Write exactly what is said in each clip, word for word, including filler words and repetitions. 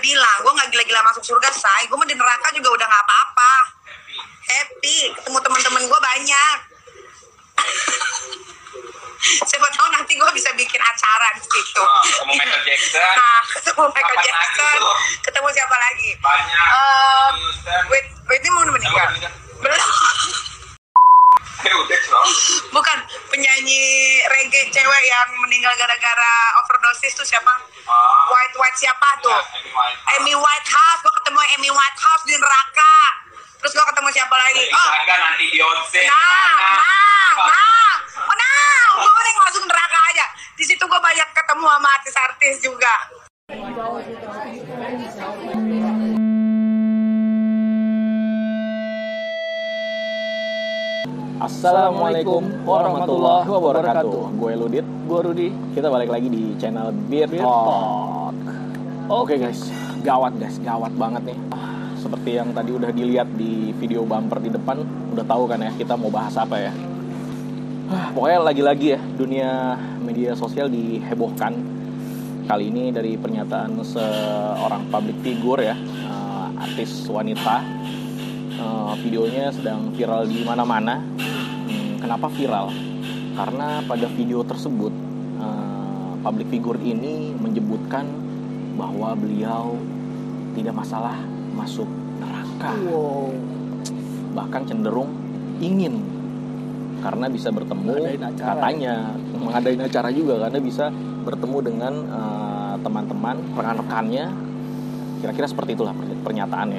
bilang, gue nggak gila-gila masuk surga, say. Gue mah di neraka juga udah nggak apa-apa. Happy, ketemu teman-teman gue banyak. Siapa tahu nanti gue bisa bikin acara di situ. Oh, ketemu Michael Jackson. Nah, ketemu Michael Kapan Jackson. lagi, ketemu siapa lagi? Banyak. Uh, Houston. wait, wait ini mau meninggal? Belum. Eh, udah dong. Bukan, penyanyi reggae cewek yang meninggal gara-gara overdosis tuh siapa? Oh. White White siapa tuh? Ya, Amy Winehouse. Amy Winehouse. Gue ketemu Amy Winehouse di neraka. Terus gue ketemu siapa lagi? Lady Oh, Gaga, nanti Beyonce. nah, nah, nah, oh, nah, gue mending masuk neraka aja. Di situ gue banyak ketemu sama artis-artis juga. Assalamualaikum warahmatullahi wabarakatuh. Gue Ludit, gue Rudi. kita balik lagi di channel Beer Beer Talk. Oke guys, gawat guys, gawat banget nih. Ah, Seperti yang tadi udah dilihat di video bumper di depan, udah tahu kan ya kita mau bahas apa ya. Ah, Pokoknya lagi-lagi ya dunia media sosial dihebohkan. Kali ini dari pernyataan seorang public figure ya, uh, artis wanita. Uh, videonya sedang viral di mana-mana. Hmm, kenapa viral? Karena pada video tersebut uh, public figure ini menyebutkan bahwa beliau tidak masalah masuk neraka. Wow. Bahkan cenderung ingin, karena bisa bertemu, Ngadain acara. katanya mengadain acara juga karena bisa bertemu dengan uh, teman-teman, rekan-rekannya. Kira-kira seperti itulah pernyataannya.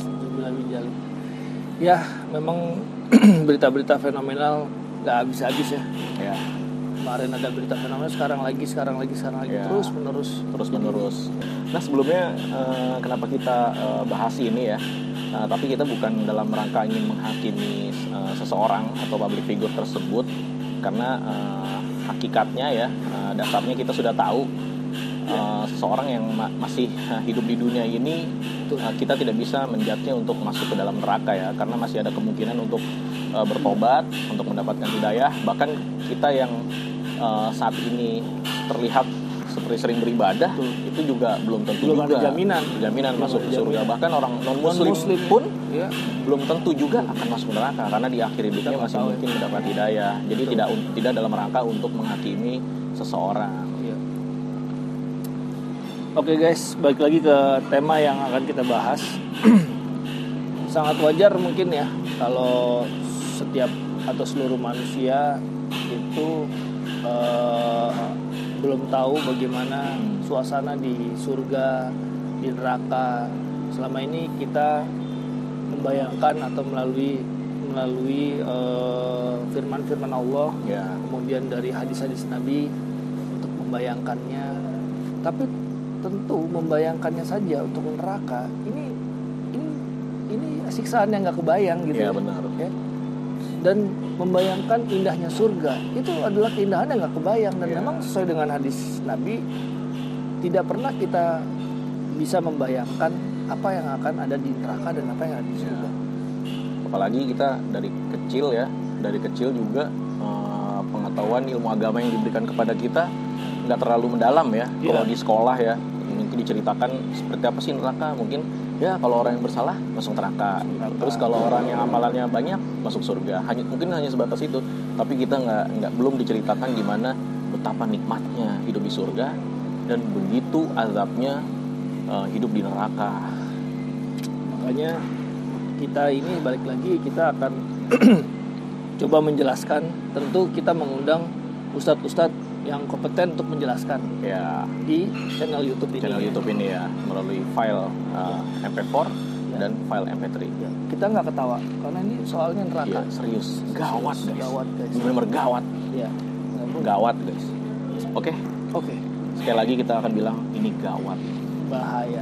Ya, memang berita-berita fenomenal nggak habis-habis ya. Ya. Kemarin ada berita fenomenal, sekarang lagi, sekarang lagi, sekarang lagi, Ya. terus menerus. terus menerus. Nah sebelumnya eh, kenapa kita eh, bahas ini ya? Eh, tapi kita bukan dalam rangka ingin menghakimi eh, seseorang atau public figure tersebut, karena eh, hakikatnya ya, eh, dasarnya kita sudah tahu. Eh, seseorang yang ma- masih eh, hidup di dunia ini, eh, kita tidak bisa menjudge-nya untuk masuk ke dalam neraka ya, karena masih ada kemungkinan untuk eh, bertobat, untuk mendapatkan hidayah. Bahkan kita yang eh, saat ini terlihat seperti sering beribadah, Betul. itu juga belum tentu Belum juga ada jaminan. jaminan Belum masuk ada ke surga. jaminan. Bahkan orang non muslim Non-muslim pun ya. belum tentu juga akan masuk neraka, karena di akhir hidupnya Kita masih tahu ya. mungkin mendapat hidayah. Jadi Betul. tidak tidak dalam rangka untuk menghakimi seseorang. Iya. Oke guys, balik lagi ke tema yang akan kita bahas. Sangat wajar mungkin ya kalau setiap atau seluruh manusia itu eh, belum tahu bagaimana suasana di surga, di neraka. Selama ini kita membayangkan atau melalui melalui eh, firman-firman Allah, Ya. kemudian dari hadis-hadis Nabi untuk membayangkannya. Tapi tentu membayangkannya saja untuk neraka ini ini ini siksaan yang nggak kebayang gitu. Ya, benar. Ya. Dan membayangkan indahnya surga itu adalah keindahan yang nggak kebayang, dan Ya. memang sesuai dengan hadis Nabi tidak pernah kita bisa membayangkan apa yang akan ada di neraka dan apa yang ada di surga. Apalagi kita dari kecil ya, dari kecil juga eh, pengetahuan ilmu agama yang diberikan kepada kita nggak terlalu mendalam ya. Iya. Kalau di sekolah ya, mungkin diceritakan seperti apa sih neraka, mungkin ya kalau orang yang bersalah masuk neraka. Neraka. Terus kalau orang yang amalannya banyak masuk surga. Hanya mungkin hanya sebatas itu. Tapi kita nggak nggak belum diceritakan gimana betapa nikmatnya hidup di surga dan begitu azabnya eh, hidup di neraka. Makanya kita ini balik lagi kita akan coba menjelaskan. Tentu kita mengundang ustadz-ustadz yang kompeten untuk menjelaskan Ya, di channel YouTube ini. channel YouTube ini ya, melalui file uh, M P empat Ya. dan file M P tiga. Ya, kita nggak ketawa karena ini soalnya neraka. Iya, serius. Gawat, guys. Gawat, guys. Benar-benar gawat. Ya. Gawat, guys. Oke, Oke, sekali lagi kita akan bilang ini gawat. bahaya.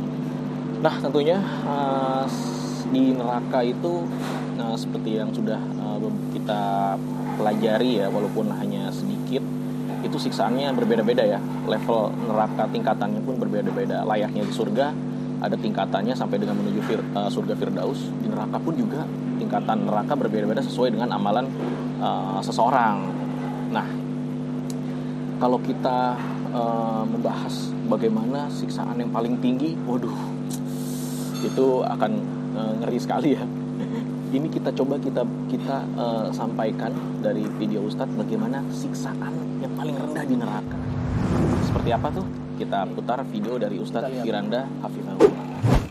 Nah, tentunya uh, di neraka itu uh, seperti yang sudah uh, kita pelajari ya, walaupun hanya sedikit, itu siksaannya berbeda-beda ya. Level neraka tingkatannya pun berbeda-beda. Layaknya di surga ada tingkatannya sampai dengan menuju fir, uh, surga Firdaus. Di neraka pun juga tingkatan neraka berbeda-beda sesuai dengan amalan uh, seseorang. Nah, kalau kita uh, membahas bagaimana siksaan yang paling tinggi, waduh, itu akan uh, ngeri sekali ya. Ini kita coba kita kita uh, sampaikan dari video Ustadz bagaimana siksaan yang paling rendah di neraka. Seperti apa tuh? Kita putar video dari Ustadz Firanda Hafizahullah.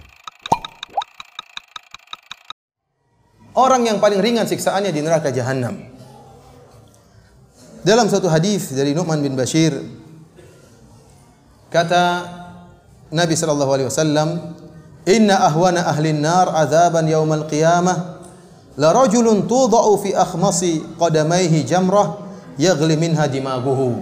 Orang yang paling ringan siksaannya di neraka Jahannam. Dalam suatu hadis dari Nu'man bin Bashir, kata Nabi sallallahu alaihi wasallam, "Inna ahwana ahli an-nar 'adzaban yaumal qiyamah la rajulun tudha'u fi akhmasi qadamayhi jamrah yaghli minha dimaguhu."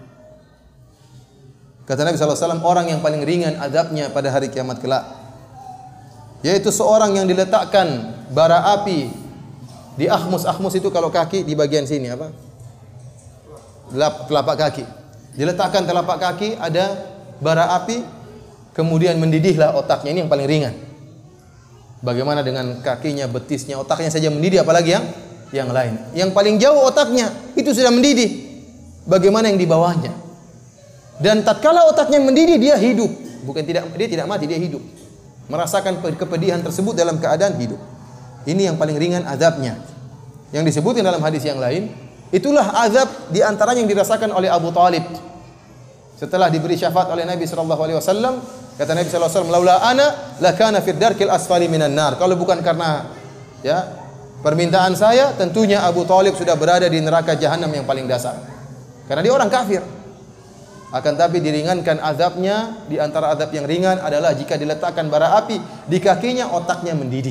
Kata Nabi sallallahu alaihi wasallam, orang yang paling ringan azabnya pada hari kiamat kelak yaitu seorang yang diletakkan bara api di akhmus. Akhmus itu kalau kaki di bagian sini apa? Telapak kaki. Diletakkan telapak kaki ada bara api, kemudian mendidihlah otaknya. Ini yang paling ringan. Bagaimana dengan kakinya, betisnya, otaknya saja mendidih, apalagi yang yang lain. Yang paling jauh otaknya itu sudah mendidih. Bagaimana yang di bawahnya? Dan tatkala otaknya mendidih, dia hidup. Bukan tidak, dia tidak mati, dia hidup. Merasakan kepedihan tersebut dalam keadaan hidup. Ini yang paling ringan azabnya. Yang disebutkan dalam hadis yang lain, itulah azab di antaranya yang dirasakan oleh Abu Talib. Setelah diberi syafaat oleh Nabi sallallahu alaihi wasallam, kata Nabi sallallahu alaihi wasallam, "Laula ana lakana fid darkil asfali minan nar." Kalau bukan karena ya permintaan saya, tentunya Abu Talib sudah berada di neraka Jahannam yang paling dasar. Karena dia orang kafir. Akan tapi diringankan azabnya. Di antara azab yang ringan adalah jika diletakkan bara api di kakinya, otaknya mendidih.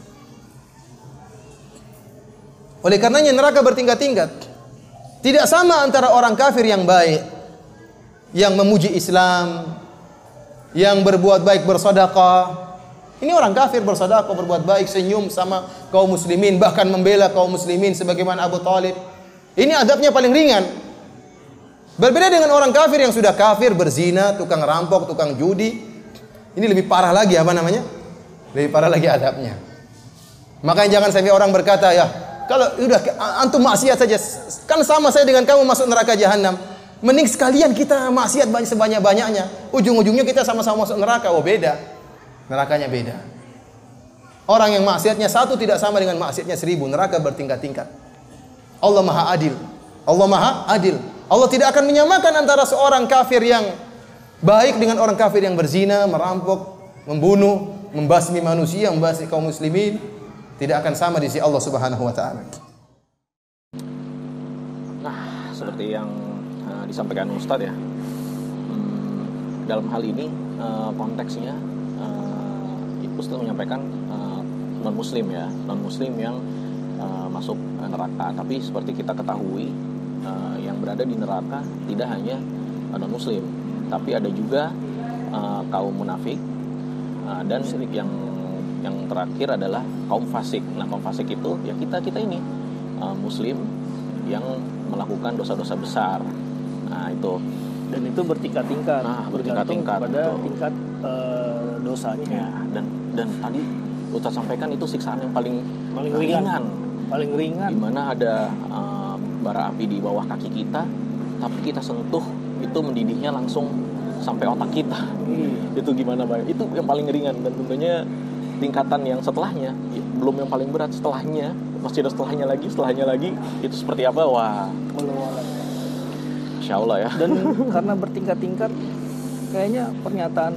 Oleh karenanya neraka bertingkat-tingkat. Tidak sama antara orang kafir yang baik, yang memuji Islam, yang berbuat baik, bersedekah. Ini orang kafir bersedekah, berbuat baik, senyum sama kaum muslimin, bahkan membela kaum muslimin sebagaimana Abu Talib. Ini azabnya paling ringan. Berbeda dengan orang kafir yang sudah kafir, berzina, tukang rampok, tukang judi. Ini lebih parah lagi apa namanya? Lebih parah lagi azabnya. Makanya jangan sampai orang berkata, ya kalau udah antum maksiat saja, kan sama saya dengan kamu masuk neraka Jahannam. Mending sekalian kita maksiat banyak sebanyak-banyaknya. Ujung-ujungnya kita sama-sama masuk neraka. Oh beda. Nerakanya beda. Orang yang maksiatnya satu tidak sama dengan maksiatnya seribu. Neraka bertingkat-tingkat. Allah Maha Adil. Allah Maha Adil. Allah tidak akan menyamakan antara seorang kafir yang baik dengan orang kafir yang berzina, merampok, membunuh, membasmi manusia, membasmi kaum muslimin. Tidak akan sama di sisi Allah Subhanahu wa taala. Nah, seperti yang uh, disampaikan Ustadz ya. Hmm, dalam hal ini uh, konteksnya uh, Ustadz menyampaikan uh, non muslim ya, non muslim yang uh, masuk neraka. Tapi seperti kita ketahui, Uh, yang berada di neraka tidak hanya uh, non muslim, tapi ada juga uh, kaum munafik uh, dan yang yang terakhir adalah kaum fasik. Nah, kaum fasik itu ya kita kita ini uh, muslim yang melakukan dosa-dosa besar. Nah, itu dan itu bertingkat-tingkat. Nah, bertingkat-tingkat pada betul. tingkat uh, dosanya. Ya, dan dan tadi Ustaz sampaikan itu siksaan yang paling paling ringan. ringan. Paling ringan. Di mana ada uh, bara api di bawah kaki kita, tapi kita sentuh itu mendidihnya langsung sampai otak kita. Hmm. Itu gimana Bang? Itu yang paling ringan, dan tentunya tingkatan yang setelahnya ya, belum yang paling berat, setelahnya masih ada setelahnya lagi, setelahnya lagi itu seperti apa? Wah, Masya Allah ya. Dan karena bertingkat-tingkat, kayaknya pernyataan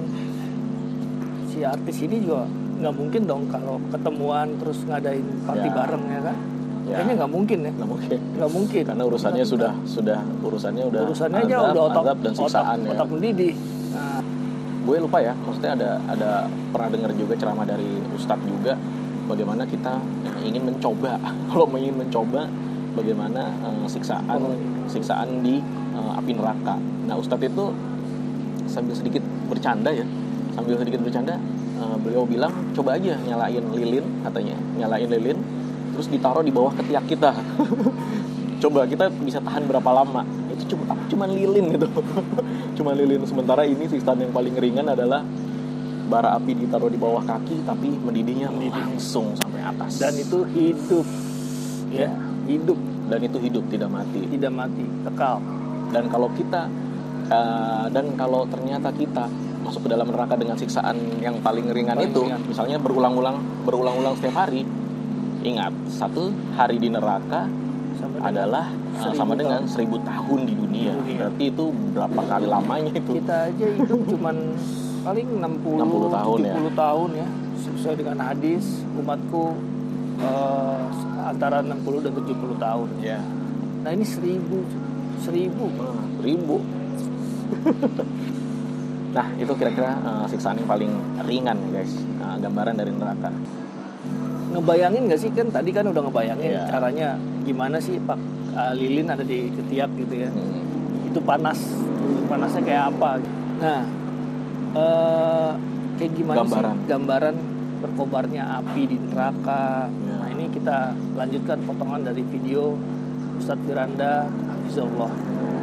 si artis ini juga nggak mungkin dong kalau ketemuan terus ngadain party ya. bareng ya kan? Ya. Kayaknya nggak mungkin ya. Nggak mungkin. Nggak mungkin. Karena urusannya nah, sudah sudah urusannya udah urusannya azab, aja udah otak, azab dan siksaan otak, ya. Otak mendidih. Nah, gue lupa ya. Maksudnya ada ada pernah dengar juga ceramah dari Ustadz juga bagaimana kita ingin mencoba kalau ingin mencoba bagaimana uh, siksaan oh. siksaan di uh, api neraka. Nah, Ustadz itu sambil sedikit bercanda ya. Sambil sedikit bercanda uh, beliau bilang coba aja nyalain lilin katanya. Nyalain lilin terus ditaruh di bawah ketiak kita. Coba kita bisa tahan berapa lama? Itu cuma cuma lilin gitu. Cuma lilin. Sementara ini siksaan yang paling ringan adalah bara api ditaruh di bawah kaki tapi mendidihnya langsung sampai atas. Dan itu hidup. Ya, ya hidup. Dan itu hidup, tidak mati. Tidak mati, kekal. Dan kalau kita Uh, dan kalau ternyata kita masuk ke dalam neraka dengan siksaan yang paling ringan Paling itu, ringan. misalnya berulang-ulang, berulang-ulang setiap hari, ingat satu hari di neraka Sama dengan adalah uh, seribu sama dengan tahun. seribu tahun di dunia. Dunia. Berarti itu berapa kali lamanya itu? Kita aja itu cuman paling enam puluh, enam puluh tahun ya. tujuh puluh tahun ya. Sesuai dengan hadis, umatku eh, antara enam puluh dan tujuh puluh tahun. Ya. Nah ini seribu, seribu. Uh, ribu. Nah itu kira-kira uh, siksaan yang paling ringan guys, uh, gambaran dari neraka. Ngebayangin nggak sih, kan tadi kan udah ngebayangin Iya. caranya gimana sih Pak uh, lilin ada di ketiak gitu ya. Hmm. Itu panas, panasnya kayak apa? Nah, eh, kayak gimana Gambaran. sih gambaran berkobarnya api di neraka? Ya. Nah ini kita lanjutkan potongan dari video Ustadz Firanda Hafizahullah.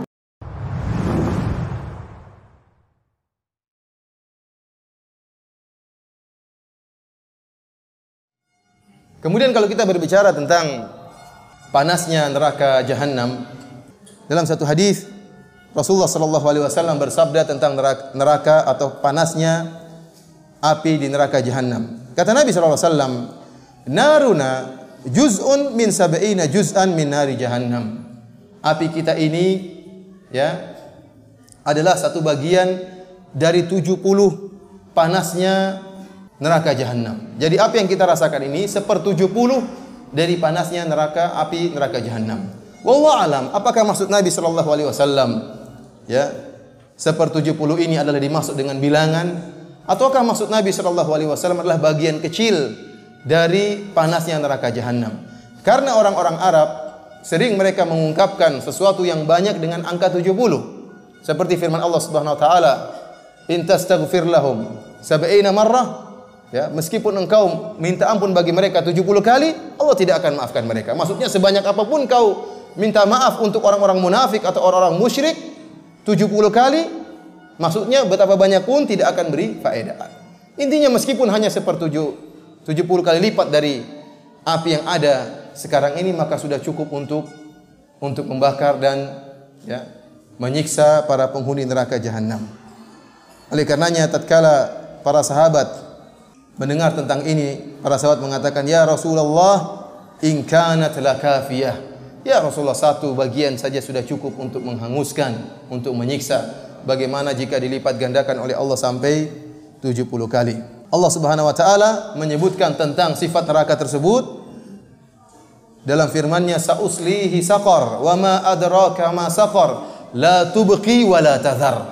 Kemudian kalau kita berbicara tentang panasnya neraka Jahannam, dalam satu hadis Rasulullah Shallallahu Alaihi Wasallam bersabda tentang neraka, neraka atau panasnya api di neraka Jahannam. Kata Nabi Shallallahu Alaihi Wasallam, "Naruna juz'un min sab'ina juz'an min nari Jahannam." Api kita ini ya adalah satu bagian dari tujuh puluh panasnya neraka Jahannam. Jadi apa yang kita rasakan ini sepertujuh puluh dari panasnya neraka api neraka Jahannam. Wallahu alam, apakah maksud Nabi sallallahu alaihi wasallam ya sepertujuh puluh ini adalah dimaksud dengan bilangan, ataukah maksud Nabi sallallahu alaihi wasallam adalah bagian kecil dari panasnya neraka Jahannam? Karena orang-orang Arab sering mereka mengungkapkan sesuatu yang banyak dengan angka tujuh puluh. Seperti firman Allah Subhanahu wa taala, "In tastaghfir lahum sab'ina marrah." Ya, meskipun engkau minta ampun bagi mereka tujuh puluh kali, Allah tidak akan maafkan mereka. Maksudnya sebanyak apapun kau minta maaf untuk orang-orang munafik atau orang-orang musyrik tujuh puluh kali, maksudnya betapa banyak pun tidak akan beri faedah. Intinya meskipun hanya sepertujuh tujuh puluh kali lipat dari api yang ada sekarang ini, maka sudah cukup untuk untuk membakar dan ya menyiksa para penghuni neraka Jahannam. Oleh karenanya tatkala para sahabat mendengar tentang ini, para sahabat mengatakan, "Ya Rasulullah, in kanat lakafiyah." Ya Rasulullah, satu bagian saja sudah cukup untuk menghanguskan, untuk menyiksa. Bagaimana jika dilipat gandakan oleh Allah sampai tujuh puluh kali? Allah Subhanahu wa taala menyebutkan tentang sifat neraka tersebut dalam firman-Nya, "Sa'uslihi saqar, wa ma adraka ma saqar, la tubqi wa la tadhar."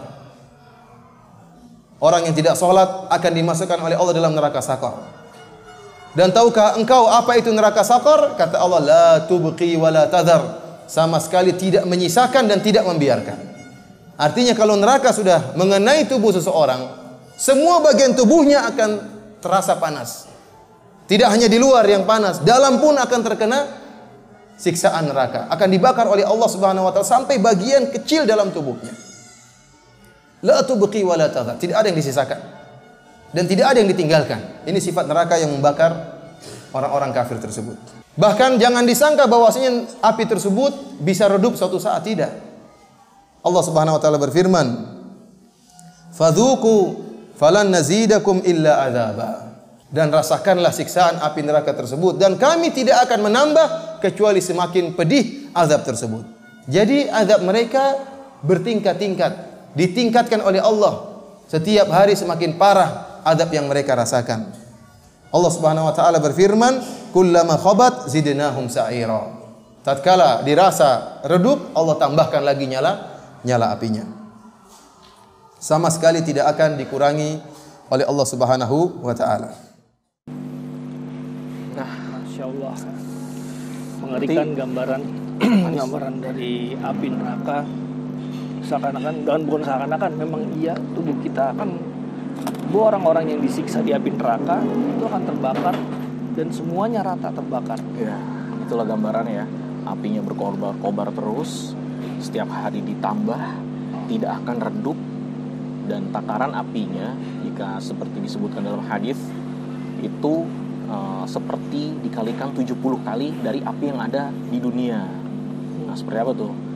Orang yang tidak sholat akan dimasukkan oleh Allah dalam neraka Saqar. Dan tahukah engkau apa itu neraka Saqar? Kata Allah, la tubqi wa la tadhar. Sama sekali tidak menyisakan dan tidak membiarkan. Artinya kalau neraka sudah mengenai tubuh seseorang, semua bagian tubuhnya akan terasa panas. Tidak hanya di luar yang panas, dalam pun akan terkena siksaan neraka. Akan dibakar oleh Allah Subhanahu wa taala sampai bagian kecil dalam tubuhnya. La tubqi wa la tadhar. Tidak ada yang disisakan dan tidak ada yang ditinggalkan. Ini sifat neraka yang membakar orang-orang kafir tersebut. Bahkan jangan disangka bahwasanya api tersebut bisa redup suatu saat, tidak. Allah Subhanahu wa taala berfirman, "Fadzuqu falan nazidakum illa adzaba." Dan rasakanlah siksaan api neraka tersebut dan kami tidak akan menambah kecuali semakin pedih azab tersebut. Jadi azab mereka bertingkat-tingkat, ditingkatkan oleh Allah. Setiap hari semakin parah azab yang mereka rasakan. Allah Subhanahu wa taala berfirman, "Kullama khabat zidnahum sa'ira." Tatkala dirasa redup, Allah tambahkan lagi nyala nyala apinya. Sama sekali tidak akan dikurangi oleh Allah Subhanahu wa taala. Nah, Masya Allah, mengerikan gambaran gambaran dari api neraka. Seakan-akan, dan bukan seakan-akan, memang iya tubuh kita akan, bahwa orang-orang yang disiksa di api neraka itu akan terbakar dan semuanya rata terbakar. Ya, itulah gambarannya ya. Apinya berkobar-kobar terus, setiap hari ditambah, tidak akan redup, dan takaran apinya jika seperti disebutkan dalam hadis itu uh, seperti dikalikan tujuh puluh kali dari api yang ada di dunia. Nah, seperti apa tuh?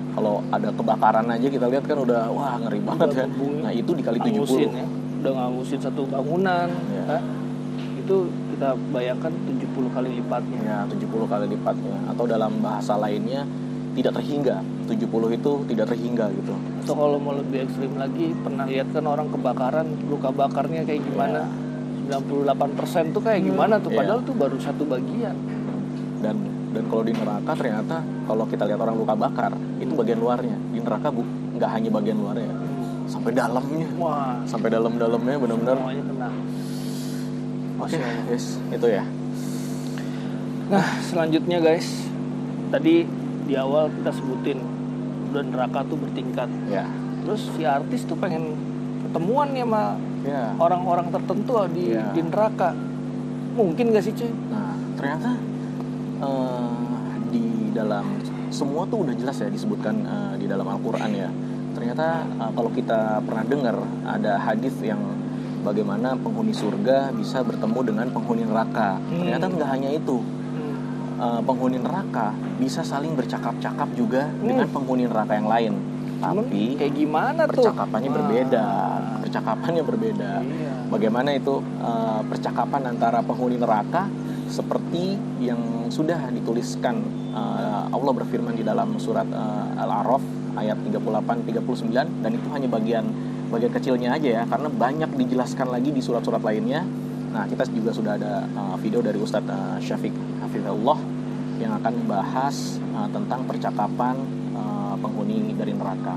Kalau ada kebakaran aja kita lihat kan udah wah ngeri banget ya. Nah itu dikali tujuh puluh. Ya. Udah ngangusin satu bangunan. Ya. Ya. Itu kita bayangkan tujuh puluh kali lipatnya. Ya, tujuh puluh kali lipatnya. Atau dalam bahasa lainnya tidak terhingga. tujuh puluh itu tidak terhingga gitu. Atau kalau mau lebih ekstrim lagi, pernah lihat kan orang kebakaran, luka bakarnya kayak gimana? Ya. sembilan puluh delapan persen tuh kayak gimana tuh? Padahal ya. Tuh baru satu bagian. Dan dan kalau di neraka ternyata kalau kita lihat orang luka bakar, itu bagian luarnya. Di neraka bu, nggak hanya bagian luarnya. Sampai dalamnya. Wah. Sampai dalam-dalamnya benar-benar. Semuanya kena. Oke, okay, yes, itu ya. Nah, selanjutnya guys, tadi di awal kita sebutin udah neraka tuh bertingkat. Ya. Terus si artis tuh pengen ketemuan nih sama ya. orang-orang tertentu di, ya. di neraka. Mungkin gak sih cuy? Nah, ternyata uh, di dalam semua tuh udah jelas ya disebutkan uh, di dalam Al-Quran ya. Ternyata uh, kalau kita pernah dengar ada hadis yang bagaimana penghuni surga bisa bertemu dengan penghuni neraka. Hmm. Ternyata nggak hanya itu. Hmm. Uh, penghuni neraka bisa saling bercakap-cakap juga hmm. dengan penghuni neraka yang lain. Tapi kayak gimana tuh? Percakapannya berbeda. Percakapannya berbeda. Iya. Bagaimana itu uh, percakapan antara penghuni neraka seperti yang sudah dituliskan uh, Allah berfirman di dalam surat uh, Al-A'raf ayat tiga puluh delapan tiga puluh sembilan, dan itu hanya bagian bagian kecilnya aja ya, karena banyak dijelaskan lagi di surat-surat lainnya. Nah, kita juga sudah ada uh, video dari Ustadz uh, Syafiq Hafizahullah yang akan membahas uh, tentang percakapan uh, penghuni dari neraka.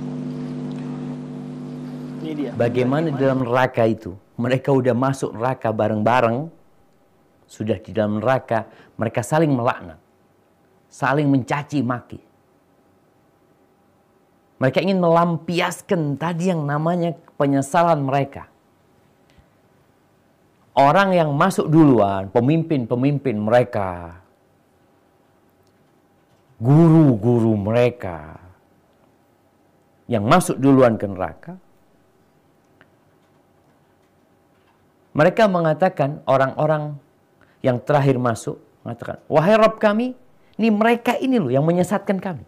Ini dia. Bagaimana di dalam neraka itu? Mereka udah masuk neraka bareng-bareng, sudah di dalam neraka, mereka saling melaknat, saling mencaci maki. Mereka ingin melampiaskan tadi yang namanya penyesalan mereka. Orang yang masuk duluan, pemimpin-pemimpin mereka, guru-guru mereka, yang masuk duluan ke neraka, mereka mengatakan, orang-orang yang terakhir masuk, mengatakan, wahai Rabb kami, ini mereka ini loh yang menyesatkan kami.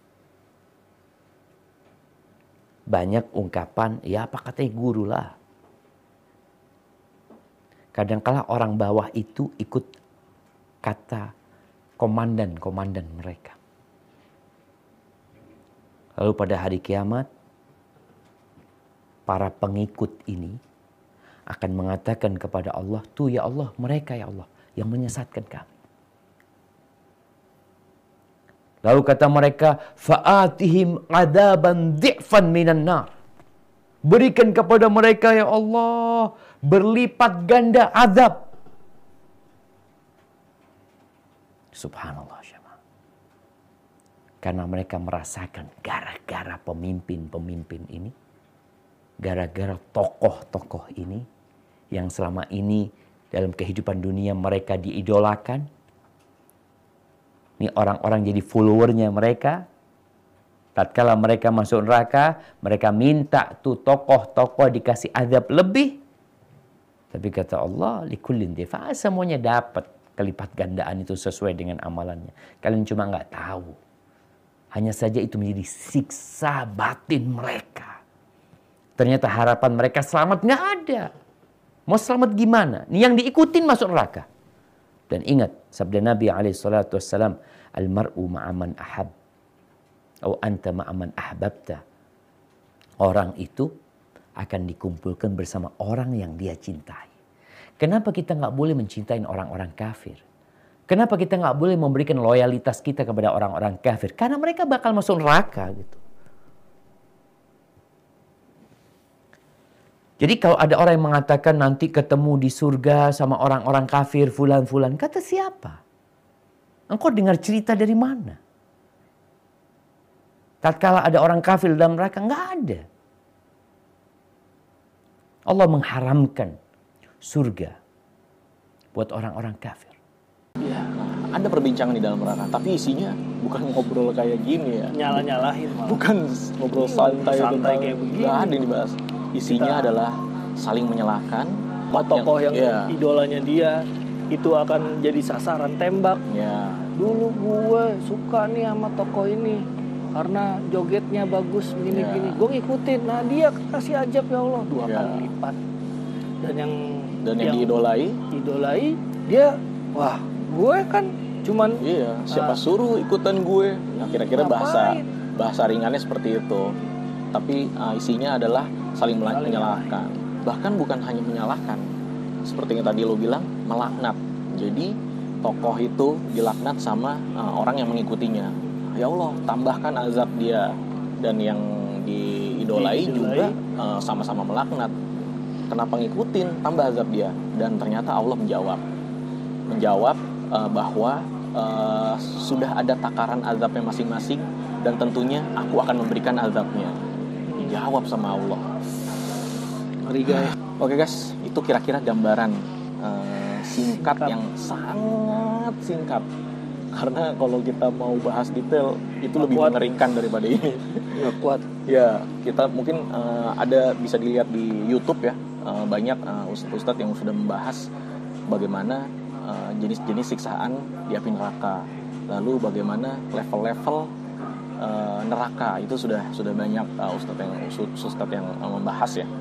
Banyak ungkapan, ya apa katanya guru lah. Kadangkala orang bawah itu ikut kata komandan-komandan mereka. Lalu pada hari kiamat, para pengikut ini akan mengatakan kepada Allah, tuh ya Allah, mereka ya Allah yang menyesatkan kami. Lalu kata mereka, fa'atihim adaban dhi'fan minan nar. Berikan kepada mereka ya Allah berlipat ganda azab. Subhanallah syama. Karena mereka merasakan gara-gara pemimpin-pemimpin ini, gara-gara tokoh-tokoh ini yang selama ini dalam kehidupan dunia mereka diidolakan. Ini orang-orang jadi followernya mereka. Tatkala mereka masuk neraka, mereka minta tuh tokoh-tokoh dikasih azab lebih. Tapi kata Allah, likullin difa, semuanya dapat kelipat gandaan itu sesuai dengan amalannya. Kalian cuma nggak tahu. Hanya saja itu menjadi siksa batin mereka. Ternyata harapan mereka selamat nggak ada. Mau selamat gimana? Ini yang diikutin masuk neraka. Dan ingat sabda Nabi alaihi salatu wassalam, al-mar'u ma'aman ahab. Atau anta ma'aman ahbabta. Orang itu akan dikumpulkan bersama orang yang dia cintai. Kenapa kita nggak boleh mencintai orang-orang kafir? Kenapa kita nggak boleh memberikan loyalitas kita kepada orang-orang kafir? Karena mereka bakal masuk neraka gitu. Jadi kalau ada orang yang mengatakan nanti ketemu di surga sama orang-orang kafir fulan-fulan, kata siapa? Engkau dengar cerita dari mana? Tatkala ada orang kafir dalam neraka, nggak ada. Allah mengharamkan surga buat orang-orang kafir. Ya, ada perbincangan di dalam neraka, tapi isinya bukan ngobrol kayak gini ya. Nyala-nyalahin malah. Bukan ngobrol santai, santai kayak begini. Nggak ada yang dibahas. Isinya Kita, adalah saling menyalahkan. Tokoh yang, yang ya. idolanya dia itu akan jadi sasaran tembak. Ya. Dulu gue suka nih sama tokoh ini. karena jogetnya bagus begini-gini, Ya. gue ngikutin. Nah dia kasih ajab ya Allah dua Ya. kali lipat. Dan yang Dan yang diidolai, idolai dia, wah gue kan cuman iya, siapa Ah. suruh ikutan gue? Nah, kira-kira bahasa Ngapain? bahasa ringannya seperti itu. Tapi uh, isinya adalah saling mela- Saling menyalahkan. Bahkan bukan hanya menyalahkan. Seperti yang tadi lo bilang, melaknat. Jadi tokoh itu dilaknat sama uh, orang yang mengikutinya. Ya Allah, tambahkan azab dia. Dan yang diidolai, Diidolai. juga uh, sama-sama melaknat. Kenapa ngikutin? Tambah azab dia. Dan ternyata Allah menjawab. Menjawab uh, bahwa uh, sudah ada takaran azabnya masing-masing. Dan tentunya aku akan memberikan azabnya. Dijawab sama Allah. ngeri guys. Oke guys, itu kira-kira gambaran uh, singkat, Singkat. yang sangat singkat. Karena kalau kita mau bahas detail, itu lebih Kuat. mengerikan daripada ini. Nggak kuat. Ya, kita mungkin uh, ada bisa dilihat di YouTube ya, uh, banyak uh, ustadz-ustadz yang sudah membahas bagaimana uh, jenis-jenis siksaan di api neraka. Lalu bagaimana level-level uh, neraka, itu sudah sudah banyak uh, ustadz yang ustadz yang uh, membahas ya.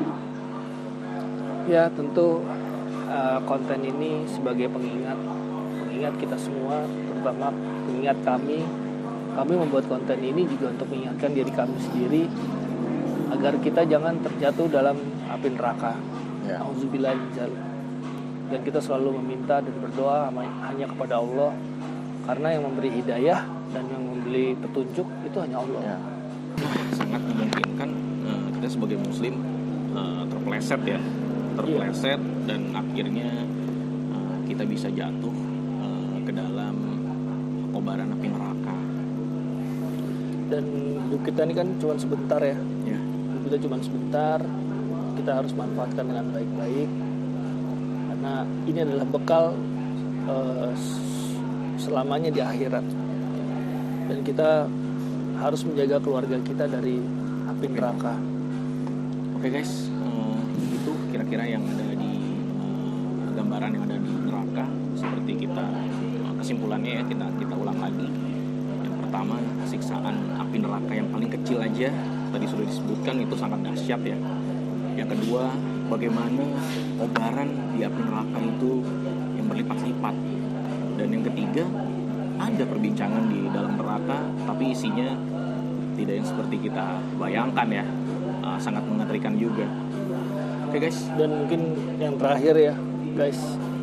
Ya tentu uh, konten ini sebagai pengingat, pengingat kita semua, terutama pengingat kami. Kami membuat konten ini juga untuk mengingatkan diri kami sendiri agar kita jangan terjatuh dalam api neraka. Ya. Auzubillah min dzalik. Dan kita selalu meminta dan berdoa hanya kepada Allah, karena yang memberi hidayah dan yang memberi petunjuk itu hanya Allah. Ya. Sangat memungkinkan uh, kita sebagai muslim uh, terpeleset ya, terpeleset dan akhirnya uh, kita bisa jatuh uh, ke dalam kobaran api neraka. Dan hidup kita ini kan cuma sebentar ya. Ya. Hidup kita cuma sebentar. Kita harus manfaatkan dengan baik-baik. Karena ini adalah bekal uh, selamanya di akhirat. Dan kita harus menjaga keluarga kita dari api neraka. Oke guys, uh, itu kira-kira yang ada di uh, gambaran yang ada di neraka. Seperti kita uh, kesimpulannya ya, kita kita ulang lagi. Yang pertama, siksaan api neraka yang paling kecil aja tadi sudah disebutkan itu sangat dahsyat ya. Yang kedua, bagaimana kobaran di api neraka itu yang berlipat-lipat. Dan yang ketiga, ada perbincangan di dalam neraka, tapi isinya tidak yang seperti kita bayangkan ya. Uh, sangat mengerikan juga. Oke guys, Dan mungkin yang terakhir ya guys,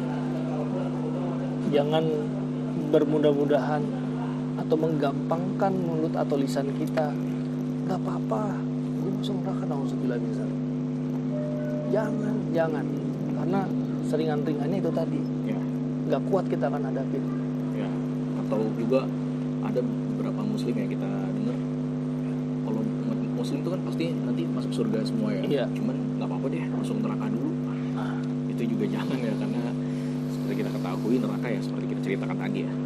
jangan bermudah-mudahan atau menggampangkan mulut atau lisan kita. Gak apa-apa, gue masuk neraka, nauzubillah min dzalik. Jangan, jangan. Karena seringan-ringannya itu tadi, ya, gak kuat kita akan hadapin. ya. Atau juga ada beberapa muslim yang kita dengar, kalau umat muslim itu kan pasti nanti masuk surga semua ya. Iya. Cuman nggak apa-apa deh, masuk neraka dulu. Nah, itu juga jangan ya, karena seperti kita ketahui neraka ya seperti kita ceritakan tadi ya.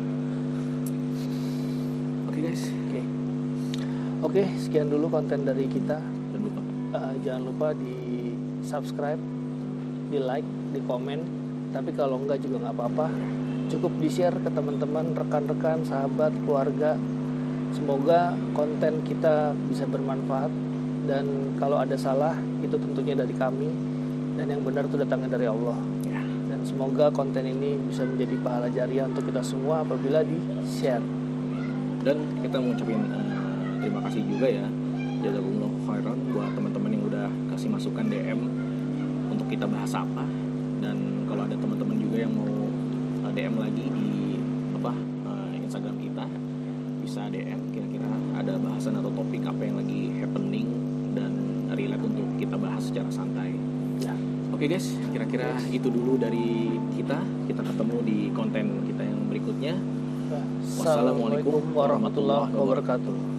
Oke guys, Oke, Oke, sekian dulu konten dari kita. jangan lupa Uh, jangan lupa di subscribe, di like, di komen. Tapi kalau enggak juga nggak apa-apa. Cukup di share ke teman-teman, rekan-rekan, sahabat, keluarga. Semoga konten kita bisa bermanfaat. Dan kalau ada salah, itu tentunya dari kami. Dan yang benar itu datangnya dari Allah. ya. Dan semoga konten ini bisa menjadi pahala jariah untuk kita semua apabila di share. Dan kita mau ucapin uh, terima kasih juga ya, jazakumullah khairan buat teman-teman yang udah kasih masukan D M untuk kita bahas apa. Dan kalau ada teman-teman juga yang mau uh, D M lagi di apa uh, Instagram kita, bisa D M kira-kira ada bahasan atau topik apa yang lagi happening dan relate untuk kita bahas secara santai. Ya. Oke guys, kira-kira itu dulu dari kita. Kita ketemu di konten kita yang berikutnya. Wassalamualaikum warahmatullahi wabarakatuh.